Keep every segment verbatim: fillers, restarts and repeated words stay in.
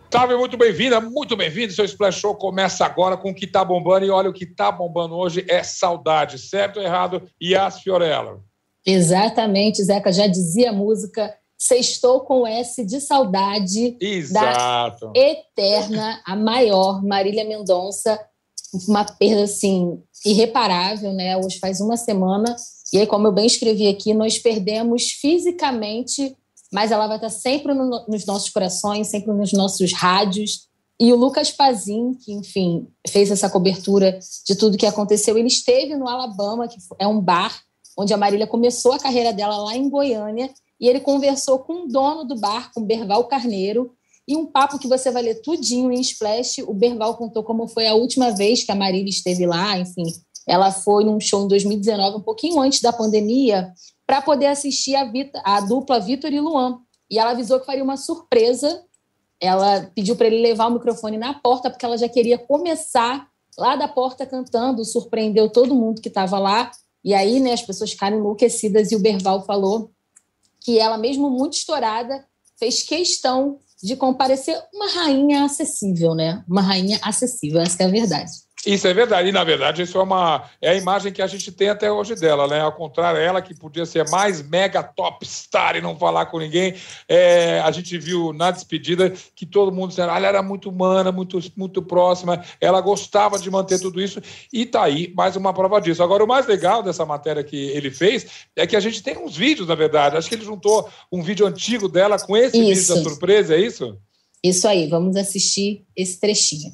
Salve, muito bem-vinda, muito bem-vindo. Seu Splash Show começa agora com o que tá bombando. E olha, o que tá bombando hoje é saudade, certo ou errado? Yas Fiorella. Exatamente, Zeca, já dizia a música, sextou com S de saudade. Exato. Da eterna, a maior, Marília Mendonça. Uma perda, assim, irreparável, né? Hoje faz uma semana. E aí, como eu bem escrevi aqui, nós perdemos fisicamente, mas ela vai estar sempre no, nos nossos corações, sempre nos nossos rádios. E o Lucas Pazin, que, enfim, fez essa cobertura de tudo que aconteceu, ele esteve no Alabama, que é um bar onde a Marília começou a carreira dela lá em Goiânia, e ele conversou com o dono do bar, com o Berval Carneiro, e um papo que você vai ler tudinho em Splash. O Berval contou como foi a última vez que a Marília esteve lá, enfim, ela foi num show em dois mil e dezenove, um pouquinho antes da pandemia, para poder assistir a, Vita, a dupla Vitor e Luan. E ela avisou que faria uma surpresa. Ela pediu para ele levar o microfone na porta, porque ela já queria começar lá da porta cantando, surpreendeu todo mundo que estava lá. E aí, né, as pessoas ficaram enlouquecidas, e o Berval falou que ela, mesmo muito estourada, fez questão de comparecer uma rainha acessível, né? Uma rainha acessível, essa que é a verdade. Isso é verdade, e na verdade isso é, uma, é a imagem que a gente tem até hoje dela, né? Ao contrário, ela que podia ser mais mega top star e não falar com ninguém, é, a gente viu na despedida que todo mundo disse, ela era muito humana, muito, muito próxima, ela gostava de manter tudo isso, e tá aí mais uma prova disso. Agora, o mais legal dessa matéria que ele fez é que a gente tem uns vídeos, na verdade. Acho que ele juntou um vídeo antigo dela com esse isso. vídeo da surpresa, é isso? Isso aí, vamos assistir esse trechinho.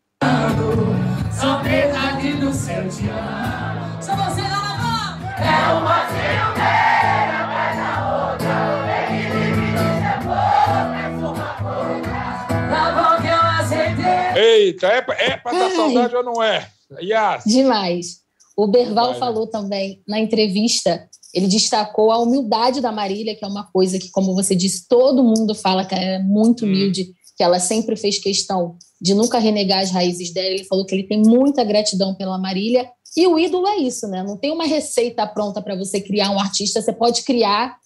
Só metade do céu te amo. Só você lá na é uma ciumeira, mas a outra é que divide amor, perfuma boca. Tá bom que eu aceitei. Eita, é, é pra dar saudade ou não é? Yas. Demais. O Berval Vai, falou também na entrevista, ele destacou a humildade da Marília, que é uma coisa que, como você disse, todo mundo fala que ela é muito humilde, hum. que ela sempre fez questão de nunca renegar as raízes dela. Ele falou que ele tem muita gratidão pela Marília, e o ídolo é isso, né? Não tem uma receita pronta para você criar um artista, você pode criar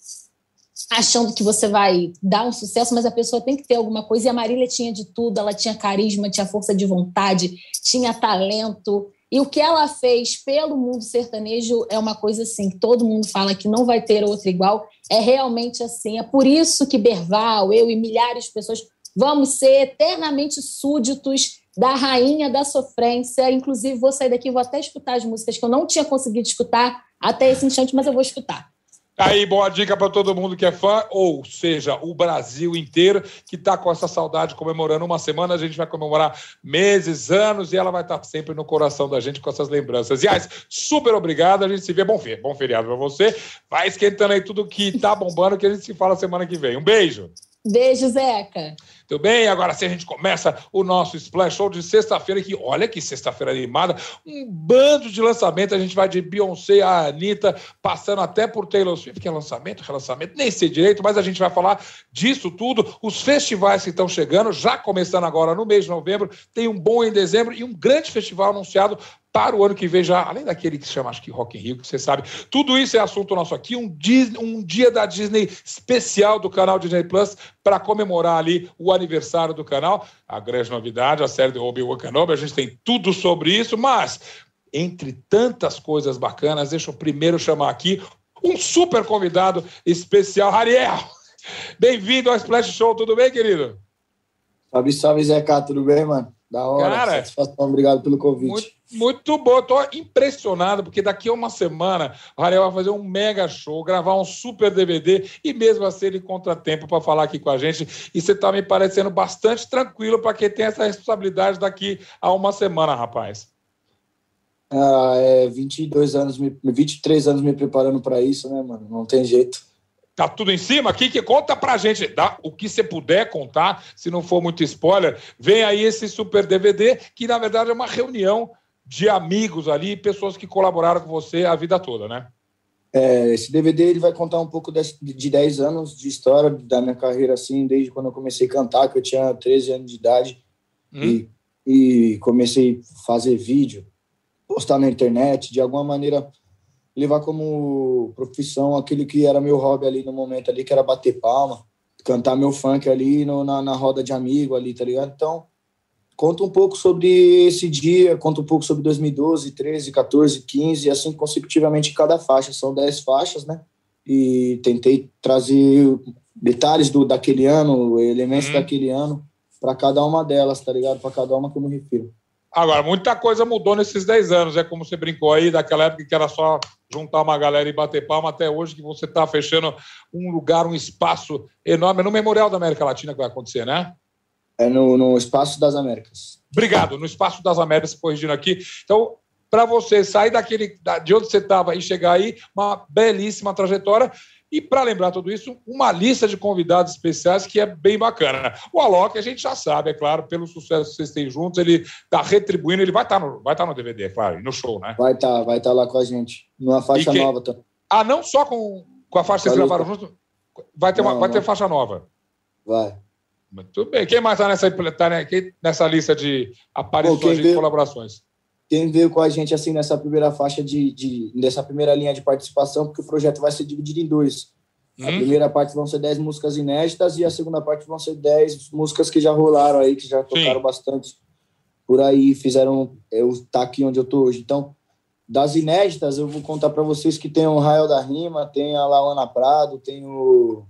achando que você vai dar um sucesso, mas a pessoa tem que ter alguma coisa, e a Marília tinha de tudo, ela tinha carisma, tinha força de vontade, tinha talento, e o que ela fez pelo mundo sertanejo é uma coisa assim, que todo mundo fala que não vai ter outra igual, é realmente assim, é por isso que Berval, eu e milhares de pessoas vamos ser eternamente súditos da rainha da sofrência. Inclusive, vou sair daqui, vou até escutar as músicas que eu não tinha conseguido escutar até esse instante, mas eu vou escutar. Aí, boa dica para todo mundo que é fã, ou seja, o Brasil inteiro, que está com essa saudade comemorando uma semana. A gente vai comemorar meses, anos, e ela vai estar sempre no coração da gente com essas lembranças. E, Ais, super obrigado, a gente se vê. Bom, bom feriado para você. Vai esquentando aí tudo que tá bombando, que a gente se fala semana que vem. Um beijo. Beijo, Zeca. Tudo bem? Agora sim a gente começa o nosso Splash Show de sexta-feira, que olha que sexta-feira animada, um bando de lançamento. A gente vai de Beyoncé a Anitta, passando até por Taylor Swift, que é lançamento, relançamento, nem sei direito, mas a gente vai falar disso tudo. Os festivais que estão chegando, já começando agora no mês de novembro, tem um bom em dezembro e um grande festival anunciado para o ano que vem já, além daquele que se chama, acho que Rock in Rio, que você sabe. Tudo isso é assunto nosso aqui, um, Disney, um dia da Disney especial do canal Disney Plus, para comemorar ali o aniversário do canal. A grande novidade, a série do Obi-Wan Kenobi, a gente tem tudo sobre isso, mas entre tantas coisas bacanas, deixa eu primeiro chamar aqui um super convidado especial, Ariel. Bem-vindo ao Splash Show, tudo bem, querido? Salve, salve, Zeca, tudo bem, mano? Da hora, cara, satisfação, obrigado pelo convite. Muito, muito bom, tô impressionado, porque daqui a uma semana o Ariel vai fazer um mega show, gravar um super D V D, e mesmo assim ele encontra tempo para falar aqui com a gente, e você tá me parecendo bastante tranquilo para quem tem essa responsabilidade daqui a uma semana, rapaz. Ah, é vinte e dois anos, vinte e três anos me preparando para isso, né, mano? Não tem jeito. Tá tudo em cima aqui, que conta pra gente, dá o que você puder contar, se não for muito spoiler. Vem aí esse super D V D, que na verdade é uma reunião de amigos ali, pessoas que colaboraram com você a vida toda, né? É, esse D V D ele vai contar um pouco de, de dez anos de história da minha carreira, assim, desde quando eu comecei a cantar, que eu tinha treze anos de idade, hum. e, e comecei a fazer vídeo, postar na internet, de alguma maneira levar como profissão aquele que era meu hobby ali no momento ali, que era bater palma, cantar meu funk ali no, na, na roda de amigo ali, tá ligado? Então, conta um pouco sobre esse dia, conta um pouco sobre dois mil e doze, treze, quatorze, quinze, assim consecutivamente em cada faixa. São dez faixas, né? E tentei trazer detalhes do, daquele ano, elementos uhum. daquele ano, para cada uma delas, tá ligado? Para cada uma que eu me refiro. Agora, muita coisa mudou nesses dez anos, é como você brincou aí, daquela época que era só juntar uma galera e bater palma, até hoje que você está fechando um lugar, um espaço enorme. É no Memorial da América Latina que vai acontecer, né? É no, no Espaço das Américas. Obrigado, no Espaço das Américas, corrigindo aqui. Então, para você sair daquele, de onde você estava e chegar aí, uma belíssima trajetória. E, para lembrar tudo isso, uma lista de convidados especiais que é bem bacana. O Alok, a gente já sabe, é claro, pelo sucesso que vocês têm juntos, ele está retribuindo, ele vai estar tá no, vai tá no D V D, é claro, e no show, né? Vai estar, tá, vai estar tá lá com a gente, numa faixa que... nova também. Ah, não só com, com a faixa que vocês gravaram juntos? Vai ter, não, uma, vai ter faixa nova? Vai. Muito bem. Quem mais está nessa, tá nessa lista de aparições e colaborações? Quem veio com a gente assim nessa primeira faixa de, de nessa primeira linha de participação, porque o projeto vai ser dividido em dois. Hum. A primeira parte vão ser dez músicas inéditas e a segunda parte vão ser dez músicas que já rolaram aí, que já tocaram Sim. bastante por aí, fizeram eu tá aqui onde eu tô hoje. Então, das inéditas, eu vou contar para vocês que tem o Rael da Rima, tem a Laona Prado, tem o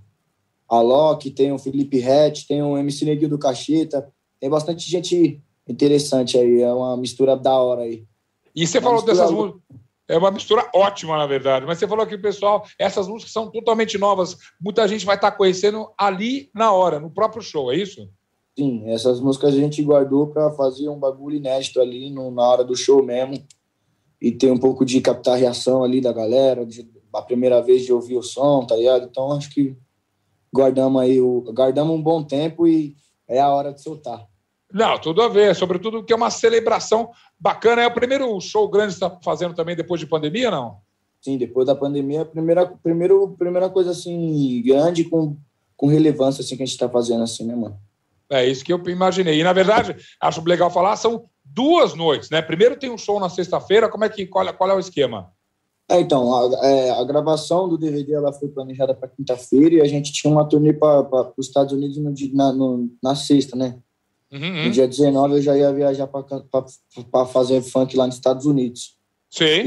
Alok, tem o Felipe Rett, tem o M C Neguinho do Cacheta, tem bastante gente interessante aí, é uma mistura da hora aí. E você falou dessas músicas, é uma mistura ótima, na verdade, mas você falou que, pessoal, essas músicas são totalmente novas, muita gente vai estar conhecendo ali na hora, no próprio show, é isso? Sim, essas músicas a gente guardou para fazer um bagulho inédito ali no, na hora do show mesmo, e ter um pouco de captar a reação ali da galera, de, a primeira vez de ouvir o som, tá ligado? Então, acho que guardamos aí, o, guardamos um bom tempo e é a hora de soltar. Não, tudo a ver, sobretudo que é uma celebração bacana. É o primeiro show grande que você está fazendo também depois de pandemia, não? Sim, depois da pandemia, a primeira, primeiro, primeira coisa assim, grande, com, com relevância assim, que a gente está fazendo, assim, né, mano? É isso que eu imaginei. E, na verdade, acho legal falar, são duas noites, né? Primeiro tem um show na sexta-feira, como é que, qual, qual é o esquema? É, então, a, é, a gravação do D V D ela foi planejada para quinta-feira e a gente tinha uma turnê para os Estados Unidos no, na, no, na sexta, né? Uhum. No dia dezenove eu já ia viajar para fazer funk lá nos Estados Unidos. Sim.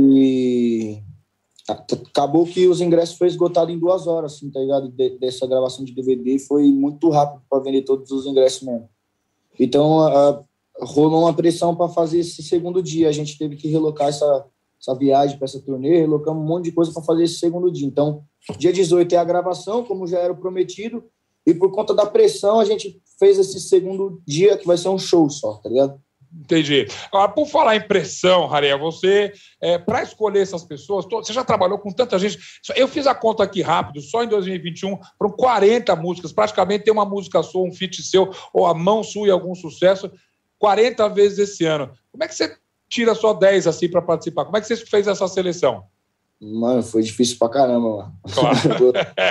E acabou que os ingressos foram esgotados em duas horas, assim, tá ligado? De, dessa gravação de D V D foi muito rápido para vender todos os ingressos mesmo. Então a, rolou uma pressão para fazer esse segundo dia. A gente teve que relocar essa, essa viagem para essa turnê, relocamos um monte de coisa para fazer esse segundo dia. Então, dia dezoito é a gravação, como já era prometido. E por conta da pressão, a gente fez esse segundo dia, que vai ser um show só, tá ligado? Entendi. Agora, por falar em pressão, Rariel, você, é, para escolher essas pessoas, você já trabalhou com tanta gente. Eu fiz a conta aqui rápido, só em dois mil e vinte e um, foram quarenta músicas, praticamente tem uma música sua, um feat seu, ou a mão sua e algum sucesso, quarenta vezes esse ano. Como é que você tira só dez assim para participar? Como é que você fez essa seleção? Mano, foi difícil pra caramba, mano. Claro.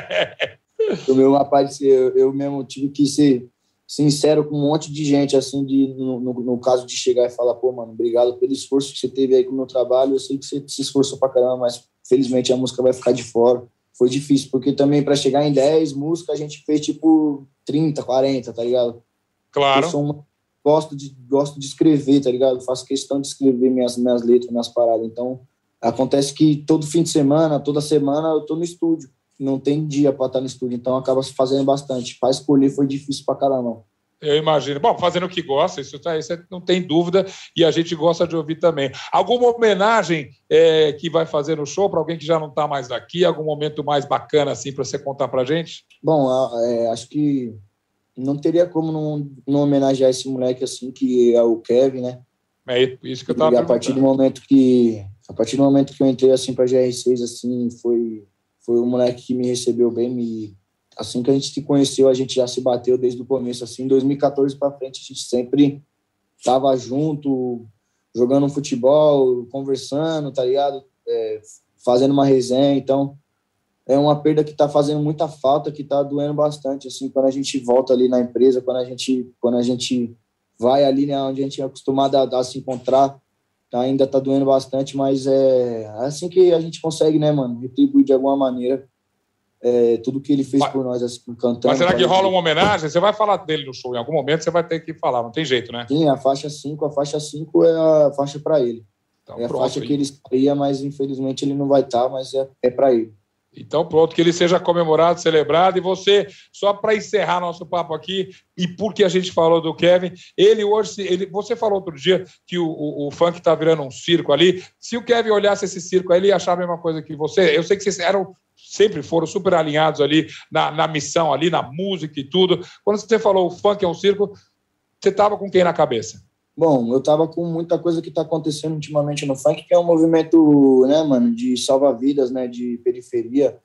O meu rapaz, eu, eu mesmo tive que ser sincero com um monte de gente, assim, de, no, no, no caso de chegar e falar, pô, mano, obrigado pelo esforço que você teve aí com o meu trabalho, eu sei que você se esforçou pra caramba, mas felizmente a música vai ficar de fora. Foi difícil, porque também para chegar em dez músicas a gente fez tipo trinta, quarenta, tá ligado? Claro. Eu sou uma, gosto, de, gosto de escrever, tá ligado? Faço questão de escrever minhas, minhas letras, minhas paradas, então acontece que todo fim de semana, toda semana eu tô no estúdio. Não tem dia para estar no estúdio, então acaba se fazendo bastante. Para escolher foi difícil para caramba. Eu imagino. Bom, fazendo o que gosta, isso, tá, isso não tem dúvida, e a gente gosta de ouvir também. Alguma homenagem é, que vai fazer no show para alguém que já não está mais aqui? Algum momento mais bacana assim para você contar para a gente? Bom, é, acho que não teria como não, não homenagear esse moleque assim, que é o Kevin, né? É isso que eu estava perguntando. A partir do momento que, a partir do momento que eu entrei assim para G R seis, assim, foi Foi um moleque que me recebeu bem. Me... Assim que a gente se conheceu, a gente já se bateu desde o começo. Assim, em dois mil e catorze para frente, a gente sempre estava junto, jogando um futebol, conversando, tá ligado? É, fazendo uma resenha. Então, é uma perda que está fazendo muita falta, que está doendo bastante. Assim, quando a gente volta ali na empresa, quando a gente, quando a gente vai ali, né, onde a gente é acostumado a, a se encontrar, ainda tá doendo bastante, mas é assim que a gente consegue, né, mano, retribuir de alguma maneira. é, tudo que ele fez mas, por nós, assim, cantando. Mas será que rola uma homenagem? Você vai falar dele no show, em algum momento você vai ter que falar, não tem jeito, né? Sim, a faixa cinco, a faixa cinco é a faixa para ele. Então, é a faixa aí. Que ele estaria, mas infelizmente ele não vai estar, mas é, é para ele. Então, pronto, que ele seja comemorado, celebrado. E você, só para encerrar nosso papo aqui, e porque a gente falou do Kevin, ele hoje, ele, você falou outro dia que o, o, o funk está virando um circo ali. Se o Kevin olhasse esse circo aí, ele ia achar a mesma coisa que você. Eu sei que vocês eram, sempre foram super alinhados ali na, na missão, ali na música e tudo. Quando você falou o funk é um circo, você estava com quem na cabeça? Bom, eu tava com muita coisa que tá acontecendo ultimamente no funk, que é um movimento, né, mano, de salva-vidas, né, de periferia,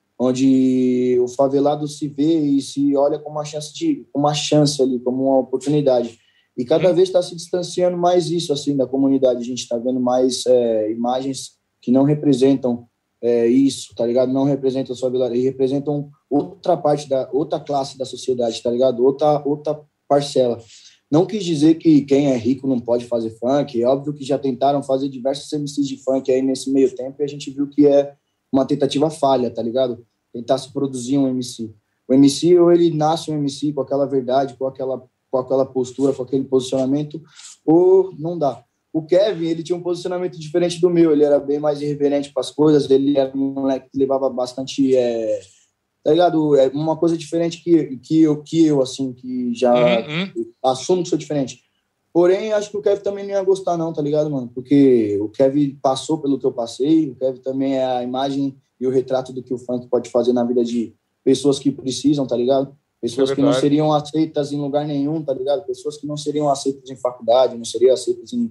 onde o favelado se vê e se olha como uma chance de, uma chance ali, como uma oportunidade. E cada vez está se distanciando mais isso, assim, da comunidade. A gente está vendo mais é, imagens que não representam é, isso, tá ligado? Não representam os favelados, representam outra parte da, outra classe da sociedade, tá ligado? Outra, outra parcela. Não quis dizer que quem é rico não pode fazer funk. É óbvio que já tentaram fazer diversos M Cs de funk aí nesse meio tempo e a gente viu que é uma tentativa falha, tá ligado? Tentar se produzir um M C. O M C, ou ele nasce um M C com aquela verdade, com aquela, com aquela postura, com aquele posicionamento, ou não dá. O Kevin, ele tinha um posicionamento diferente do meu. Ele era bem mais irreverente para as coisas. Ele era um moleque que levava bastante... É, tá ligado? É uma coisa diferente que, que, eu, que eu, assim, que já uhum. assumo que sou diferente. Porém, acho que o Kevin também não ia gostar, não, tá ligado, mano? Porque o Kevin passou pelo que eu passei, o Kevin também é a imagem e o retrato do que o funk pode fazer na vida de pessoas que precisam, tá ligado? Pessoas é que não seriam aceitas em lugar nenhum, tá ligado? Pessoas que não seriam aceitas em faculdade, não seriam aceitas em,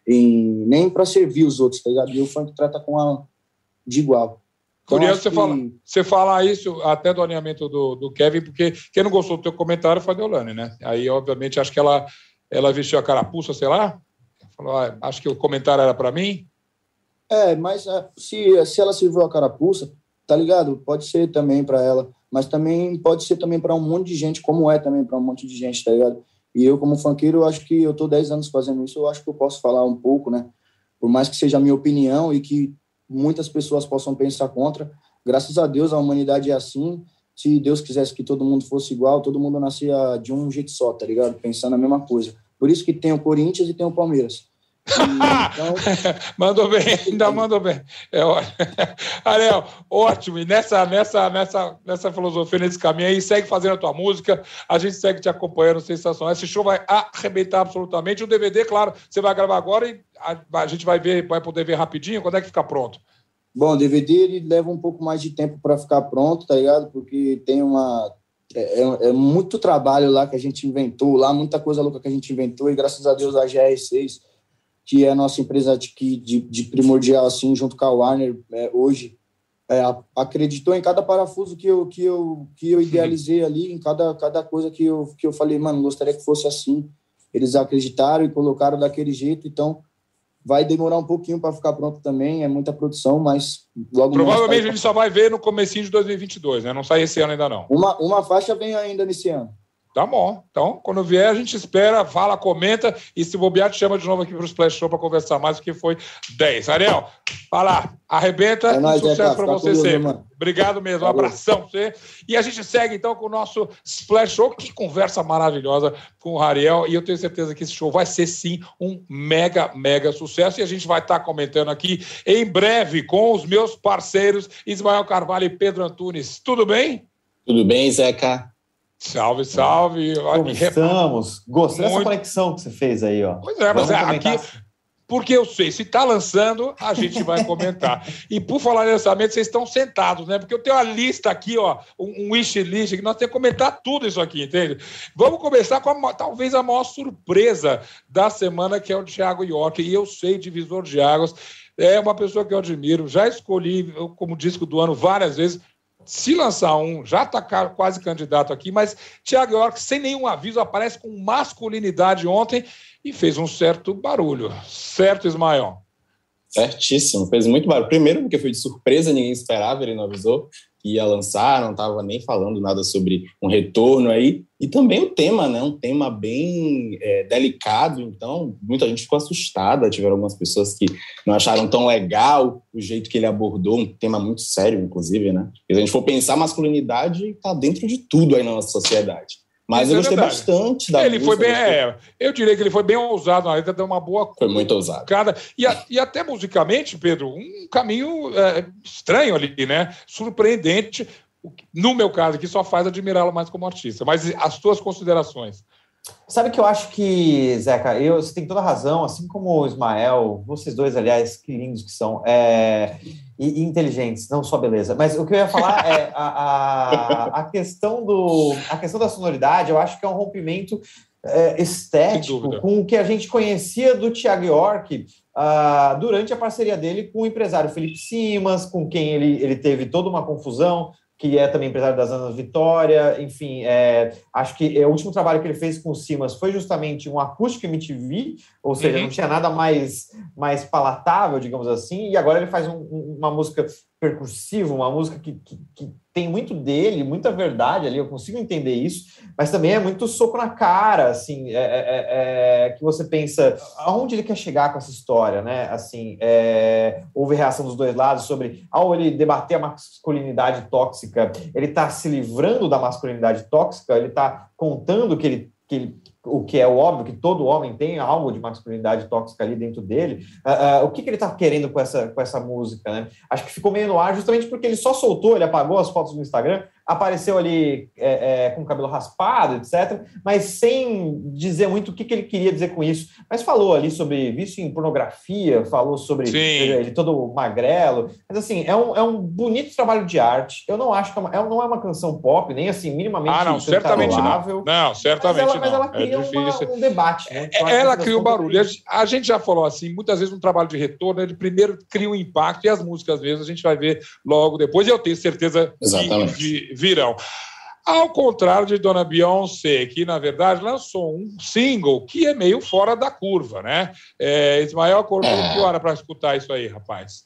em, nem para servir os outros, tá ligado? E o funk trata com a de igual. Então, curioso você, que... fala, você falar isso até do alinhamento do, do Kevin, porque quem não gostou do teu comentário foi a Deolane, né? Aí, obviamente, acho que ela, ela vestiu a carapuça, sei lá, falou, ah, acho que o comentário era para mim. É, mas se, se ela serviu a carapuça, tá ligado? Pode ser também para ela, mas também pode ser também para um monte de gente, como é também para um monte de gente, tá ligado? E eu, como funkeiro, eu acho que eu tô dez anos fazendo isso, eu acho que eu posso falar um pouco, né? Por mais que seja a minha opinião e que muitas pessoas possam pensar contra. Graças a Deus, a humanidade é assim. Se Deus quisesse que todo mundo fosse igual, todo mundo nascia de um jeito só, tá ligado? Pensando a mesma coisa. Por isso que tem o Corinthians e tem o Palmeiras. E, então... mandou bem, ainda mandou bem. É ótimo. Ariel, ótimo. E nessa, nessa, nessa, nessa filosofia, nesse caminho aí, segue fazendo a tua música, a gente segue te acompanhando, sensacional. Esse show vai arrebentar absolutamente. O D V D, claro, você vai gravar agora e a, a gente vai ver, vai poder ver rapidinho. Quando é que fica pronto? Bom, o D V D ele leva um pouco mais de tempo para ficar pronto, tá ligado? Porque tem uma... É, é muito trabalho lá que a gente inventou, lá muita coisa louca que a gente inventou e graças a Deus a G R seis, que é a nossa empresa de, de, de primordial, assim, junto com a Warner, é, hoje, é, acreditou em cada parafuso que eu, que eu, que eu idealizei ali, em cada, cada coisa que eu, que eu falei, mano, gostaria que fosse assim. Eles acreditaram e colocaram daquele jeito, então vai demorar um pouquinho para ficar pronto também, é muita produção, mas logo provavelmente a gente só vai ver no comecinho de dois mil e vinte e dois, né? Não sai esse ano ainda não. Uma, uma faixa vem ainda nesse ano. Tá bom. Então, quando vier, a gente espera, fala, comenta e se bobear, te chama de novo aqui para o Splash Show para conversar mais, porque foi dez. Ariel, fala, arrebenta, é nóis, sucesso para você sempre. Mano. Obrigado mesmo, um abração para você. E a gente segue, então, com o nosso Splash Show, que conversa maravilhosa com o Ariel, e eu tenho certeza que esse show vai ser, sim, um mega, mega sucesso, e a gente vai estar tá comentando aqui em breve com os meus parceiros Ismael Carvalho e Pedro Antunes. Tudo bem? Tudo bem, Zeca? Salve, salve. Como estamos? Gostei dessa conexão que você fez aí, ó. Pois é, mas é, aqui, porque eu sei, se está lançando, a gente vai comentar. E por falar em lançamento, vocês estão sentados, né? Porque eu tenho uma lista aqui, ó, um, um wish list, que nós temos que comentar tudo isso aqui, entende? Vamos começar com a, talvez a maior surpresa da semana, que é o Thiago York. E eu sei, divisor de águas, é uma pessoa que eu admiro, já escolhi como disco do ano várias vezes. Se lançar um, já está quase candidato aqui, mas Thiago York, sem nenhum aviso, aparece com masculinidade ontem e fez um certo barulho. Certo, Ismael? Certíssimo, fez muito barulho. Primeiro porque foi de surpresa, ninguém esperava, ele não avisou que ia lançar, não estava nem falando nada sobre um retorno aí. E também o tema, né? Um tema bem é, delicado, então muita gente ficou assustada. Tiveram algumas pessoas que não acharam tão legal o jeito que ele abordou, um tema muito sério, inclusive, né? Se a gente for pensar, masculinidade está dentro de tudo aí na nossa sociedade. Mas Isso eu gostei é bastante da Ele música, foi bem, é, eu diria que ele foi bem ousado na letra, deu uma boa... Foi muito ousado. E, a, e até musicalmente, Pedro, um caminho é, estranho ali, né? Surpreendente. No meu caso aqui, só faz admirá-lo mais como artista. Mas as tuas considerações? Sabe que eu acho que, Zeca, eu, você tem toda a razão, assim como o Ismael, vocês dois, aliás, que lindos que são, é, e, e inteligentes, não só beleza. Mas o que eu ia falar é a, a, a, questão, do, a questão da sonoridade, eu acho que é um rompimento é, estético com o que a gente conhecia do Thiago York uh, durante a parceria dele com o empresário Felipe Simas, com quem ele, ele teve toda uma confusão, que é também empresário das Ana Vitória, enfim, é, acho que é, o último trabalho que ele fez com o Simas foi justamente um acústico M T V, ou seja, uhum. não tinha nada mais, mais palatável, digamos assim, e agora ele faz um, uma música percursiva, uma música que, que, que tem muito dele, muita verdade ali, eu consigo entender isso, mas também é muito soco na cara, assim, é, é, é, que você pensa, aonde ele quer chegar com essa história, né, assim, é, houve reação dos dois lados sobre, ao ele debater a masculinidade tóxica, ele está se livrando da masculinidade tóxica, ele está contando que ele, que ele o que é óbvio, que todo homem tem algo de masculinidade tóxica ali dentro dele, uh, uh, o que, que ele está querendo com essa, com essa música, né? Acho que ficou meio no ar justamente porque ele só soltou, ele apagou as fotos no Instagram, apareceu ali é, é, com o cabelo raspado, etcétera, mas sem dizer muito o que, que ele queria dizer com isso. Mas falou ali sobre vício em pornografia, falou sobre ele, ele todo magrelo, mas assim, é um, é um bonito trabalho de arte. Eu não acho que é uma, é, não é uma canção pop, nem assim, minimamente ah, não, certamente não. Não, certamente mas ela, não. Mas ela cria é uma, um debate. Né? Ela cria um barulho. A gente já falou assim, muitas vezes um trabalho de retorno, ele primeiro cria um impacto e as músicas mesmo a gente vai ver logo depois, e eu tenho certeza Exatamente. que virão. Ao contrário de Dona Beyoncé, que, na verdade, lançou um single que é meio fora da curva, né? É, Ismael acordou é. que hora para escutar isso aí, rapaz?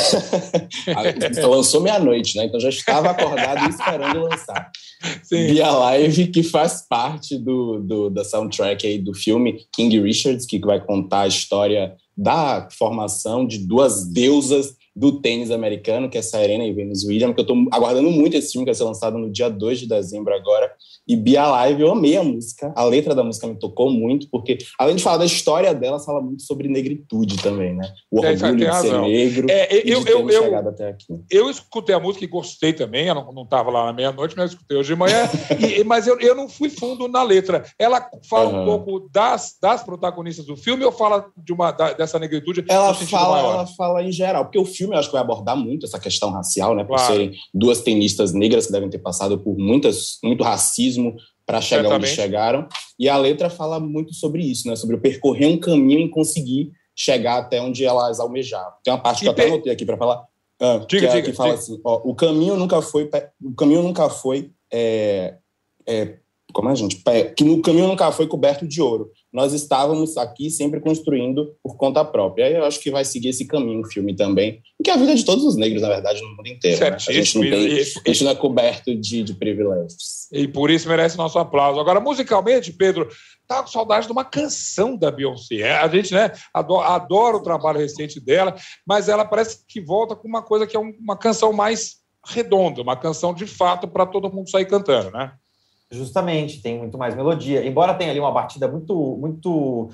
Lançou meia-noite, né? Então já estava acordado e esperando lançar. Sim. Be Alive, que faz parte do, do, da soundtrack aí do filme King Richards, que vai contar a história da formação de duas deusas do tênis americano, que é Serena e Venus Williams, que eu estou aguardando muito esse filme, que vai ser lançado no dia dois de dezembro agora. E Be Alive, eu amei a música, a letra da música me tocou muito, porque além de falar da história dela, fala muito sobre negritude também, né? O é, orgulho de ser negro é, eu, e de eu, termos eu, chegado até aqui. Eu escutei a música e gostei também, eu não estava lá na meia-noite, mas eu escutei hoje de manhã, e, mas eu, eu não fui fundo na letra. Ela fala uhum. um pouco das, das protagonistas do filme ou fala de uma, da, dessa negritude? Ela fala, ela fala em geral, porque o filme eu acho que vai abordar muito essa questão racial, né? Por claro. serem duas tenistas negras que devem ter passado por muitas, muito racismo para chegar Certamente. onde chegaram. E a letra fala muito sobre isso, né? Sobre percorrer um caminho e conseguir chegar até onde elas almejavam. Tem uma parte que e eu até anotei aqui para falar, ah, diga, que, é, diga, que fala diga. assim, ó, o caminho nunca foi, o caminho nunca foi, é, é, como é, gente? Que no caminho nunca foi coberto de ouro. Nós estávamos aqui sempre construindo por conta própria. E eu acho que vai seguir esse caminho o filme também. Que é a vida de todos os negros, na verdade, no mundo inteiro. Né? A, gente não tem, a gente não é coberto de, de privilégios. E por isso merece nosso aplauso. Agora, musicalmente, Pedro, tá com saudade de uma canção da Beyoncé. A gente, né, adora, adora o trabalho recente dela, mas ela parece que volta com uma coisa que é uma canção mais redonda, uma canção de fato para todo mundo sair cantando, né? Justamente, tem muito mais melodia. Embora tenha ali uma batida muito, muito uh,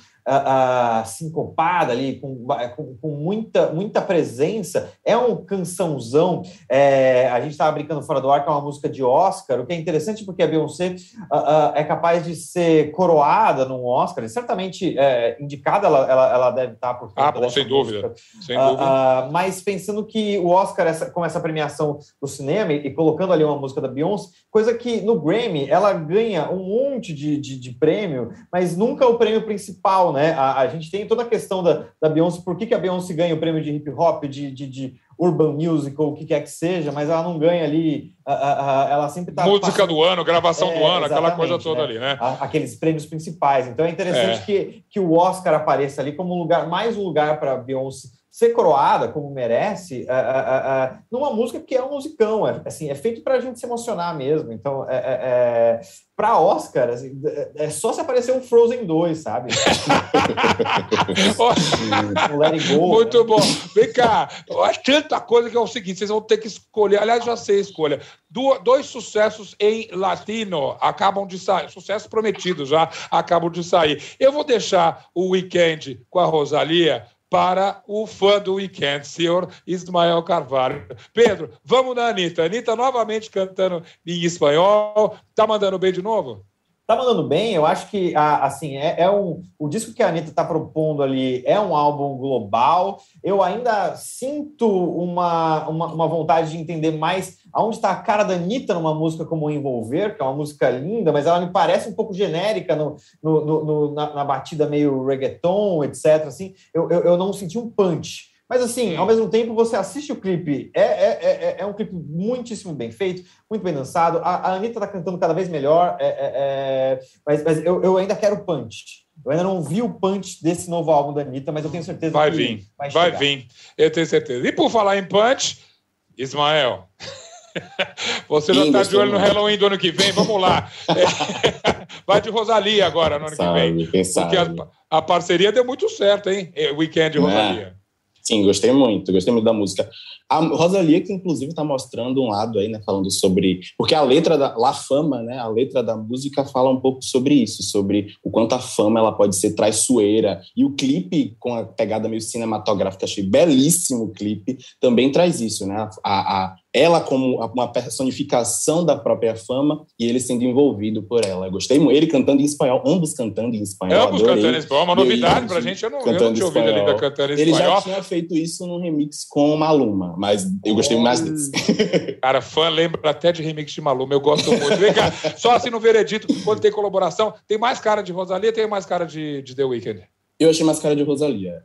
uh, sincopada ali, com, com, com muita, muita presença, é um cançãozão. É, a gente estava brincando fora do ar, que é uma música de Oscar, o que é interessante porque a Beyoncé uh, uh, é capaz de ser coroada num Oscar, e certamente é, indicada ela, ela, ela deve estar por Ah, bom, sem dúvida. Sem uh, dúvida. Uh, mas pensando que o Oscar, essa, com essa premiação do cinema, e, e colocando ali uma música da Beyoncé, coisa que no Grammy ela ela ganha um monte de, de, de prêmio, mas nunca o prêmio principal, né? A, a gente tem toda a questão da, da Beyoncé, por que, que a Beyoncé ganha o prêmio de hip hop, de, de, de urban musical, o que quer que seja, mas ela não ganha ali, a, a, a, ela sempre tá... Música passando... do ano, gravação é, do ano, aquela coisa toda, né? ali, né? A, aqueles prêmios principais. Então é interessante é. Que, que o Oscar apareça ali como um lugar, mais um lugar para a Beyoncé ser coroada como merece uh, uh, uh, numa música que é um musicão, é, assim, é feito para a gente se emocionar mesmo. Então, é, é, é, para Oscar, assim, é só se aparecer um Frozen dois, sabe? um Let It Go. Muito né? bom. Vem cá, eu acho tanta coisa que é o seguinte, vocês vão ter que escolher, aliás, já sei a escolha, do, dois sucessos em latino acabam de sair, sucessos prometidos já acabam de sair. Eu vou deixar o Weekend com a Rosalía para o fã do Weekend, senhor Ismael Carvalho. Pedro, vamos na Anitta. Anitta novamente cantando em espanhol. Tá mandando bem de novo? Tá mandando bem, eu acho que assim, é, é um, o disco que a Anitta está propondo ali é um álbum global. Eu ainda sinto uma, uma, uma vontade de entender mais aonde está a cara da Anitta numa música como Envolver, que é uma música linda, mas ela me parece um pouco genérica no, no, no, no, na, na batida meio reggaeton, etcétera. Assim, eu, eu, eu não senti um punch. Mas, assim, ao mesmo tempo, você assiste o clipe, é, é, é, é um clipe muitíssimo bem feito, muito bem dançado. A, a Anitta tá cantando cada vez melhor, é, é, é, mas, mas eu, eu ainda quero punch. Eu ainda não vi o punch desse novo álbum da Anitta, mas eu tenho certeza vai que vir, vai Vai chegar. vir, eu tenho certeza. E por falar em punch, Ismael, você já está de olho no Halloween do ano que vem, vamos lá. É, vai de Rosalía agora no ano sabe, que vem. Porque a, a parceria deu muito certo, hein? Weekend e Rosalía. É. Sim, gostei muito, gostei muito da música. A Rosalía, que inclusive está mostrando um lado aí, né, falando sobre... Porque a letra da La Fama, né, a letra da música fala um pouco sobre isso, sobre o quanto a fama ela pode ser traiçoeira. E o clipe, com a pegada meio cinematográfica, achei belíssimo o clipe, também traz isso, né? A, a, ela como uma personificação da própria fama e ele sendo envolvido por ela. Eu gostei muito. Ele cantando em espanhol, ambos cantando em espanhol. Ambos adorei. cantando em espanhol, uma novidade pra gente. Eu não, eu não tinha ouvido ele ainda cantando em ele espanhol. Ele já tinha feito isso num remix com Maluma, mas eu gostei mais desse. Cara, fã lembra até de remix de Maluma, eu gosto muito. Vem cá, só assim no veredito, quando tem colaboração, tem mais cara de Rosalía, tem mais cara de, de The Weeknd? Eu achei mais cara de Rosalía.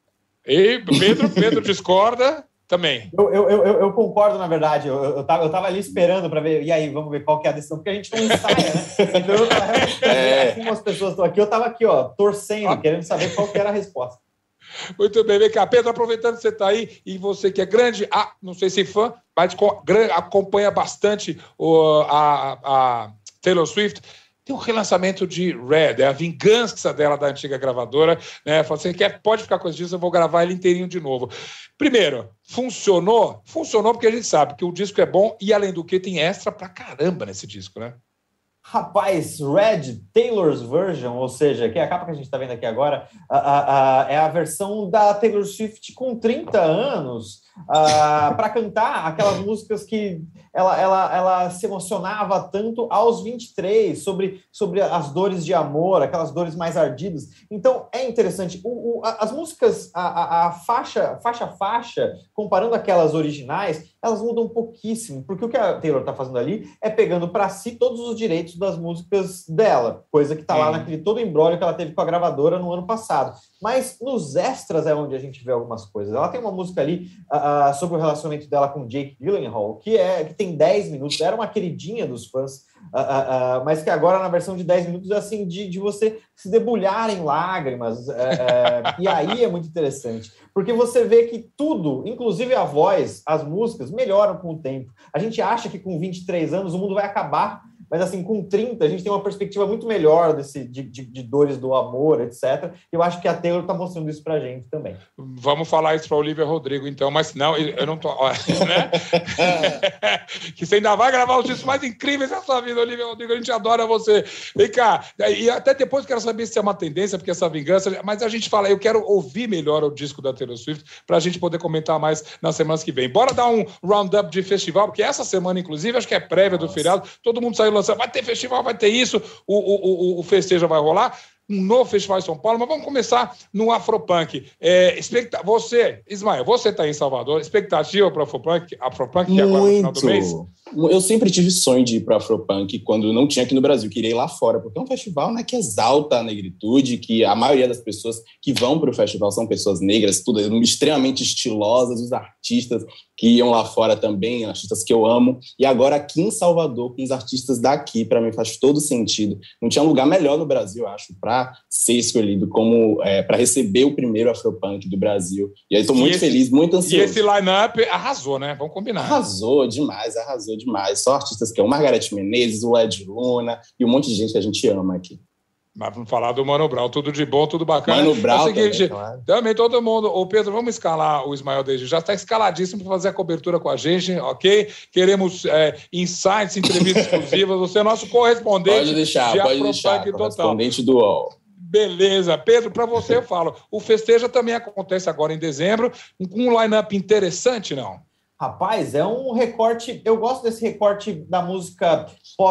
E Pedro, Pedro discorda também. Eu, eu, eu, eu concordo, na verdade. Eu, eu, tava, eu tava ali esperando para ver, e aí, vamos ver qual que é a decisão, porque a gente não ensaia, né? Então eu tava é. assim, as pessoas estão aqui, eu tava aqui, ó, torcendo, ah. querendo saber qual que era a resposta. Muito bem, vem cá, Pedro, aproveitando que você está aí e você que é grande, ah, não sei se fã, mas acompanha bastante o, a, a Taylor Swift, tem um relançamento de Red, é a vingança dela da antiga gravadora, né? Você quer, pode ficar com isso disso, eu vou gravar ele inteirinho de novo. Primeiro, funcionou? Funcionou porque a gente sabe que o disco é bom e, além do que, tem extra pra caramba nesse disco, né? Rapaz, Red, Taylor's Version, ou seja, que é a capa que a gente está vendo aqui agora, a, a, a, é a versão da Taylor Swift com trinta anos, para cantar aquelas músicas que ela, ela, ela se emocionava tanto aos vinte e três, sobre, sobre as dores de amor, aquelas dores mais ardidas. Então, é interessante. O, o, as músicas, a, a, a faixa, faixa a faixa, comparando aquelas originais, elas mudam pouquíssimo, porque o que a Taylor está fazendo ali é pegando para si todos os direitos das músicas dela, coisa que está lá naquele todo imbróglio que ela teve com a gravadora no ano passado. Mas nos extras é onde a gente vê algumas coisas. Ela tem uma música ali uh, sobre o relacionamento dela com Jake Gyllenhaal, que, é, que tem dez minutos, era uma queridinha dos fãs, uh, uh, uh, mas que agora na versão de dez minutos é assim, de, de você se debulhar em lágrimas. Uh, uh, e aí é muito interessante, porque você vê que tudo, inclusive a voz, as músicas, melhoram com o tempo. A gente acha que com vinte e três anos o mundo vai acabar, mas assim, com trinta, a gente tem uma perspectiva muito melhor desse, de, de, de dores do amor, etcétera. Eu acho que a Taylor está mostrando isso pra gente também. Vamos falar isso para Olivia Rodrigo, então, mas não, eu não tô... Né? Que você ainda vai gravar os discos mais incríveis da sua vida, Olivia Rodrigo, a gente adora você. Vem cá, e até depois quero saber se é uma tendência, porque essa vingança... Mas a gente fala, eu quero ouvir melhor o disco da Taylor Swift para a gente poder comentar mais nas semanas que vem. Bora dar um roundup de festival, porque essa semana, inclusive, acho que é prévia do feriado, todo mundo saiu lançando, vai ter festival, vai ter isso, o, o, o, o festejo vai rolar, um novo festival em São Paulo, mas vamos começar no Afropunk. É, expecta... Você, Ismael, você está em Salvador, expectativa para o Afropunk, Afropunk que é agora no final do mês? Eu sempre tive sonho de ir para o Afropunk quando não tinha aqui no Brasil, queria ir lá fora, porque é um festival, né, que exalta a negritude, que a maioria das pessoas que vão para o festival são pessoas negras, tudo extremamente estilosas, os artistas que iam lá fora também, artistas que eu amo, e agora aqui em Salvador, com os artistas daqui, para mim faz todo sentido. Não tinha lugar melhor no Brasil, acho, para ser escolhido como, é, para receber o primeiro Afropunk do Brasil. E aí estou muito esse, feliz, muito ansioso. E esse line-up arrasou, né? Vamos combinar. Arrasou demais, arrasou demais. Só artistas que é o Margareth Menezes, o Ed Luna e um monte de gente que a gente ama aqui. Mas vamos falar do Mano Brown, tudo de bom, tudo bacana. Mano Brown é o seguinte, também, claro. Também todo mundo... Ô Pedro, vamos escalar o Ismael desde já. Está escaladíssimo para fazer a cobertura com a gente, ok? Queremos é, insights, entrevistas exclusivas. Você é nosso correspondente. Pode deixar, de pode deixar. Correspondente do U O L. Beleza. Pedro, para você eu falo, o Festeja também acontece agora em dezembro, com um line-up interessante, não? Rapaz, é um recorte... Eu gosto desse recorte da música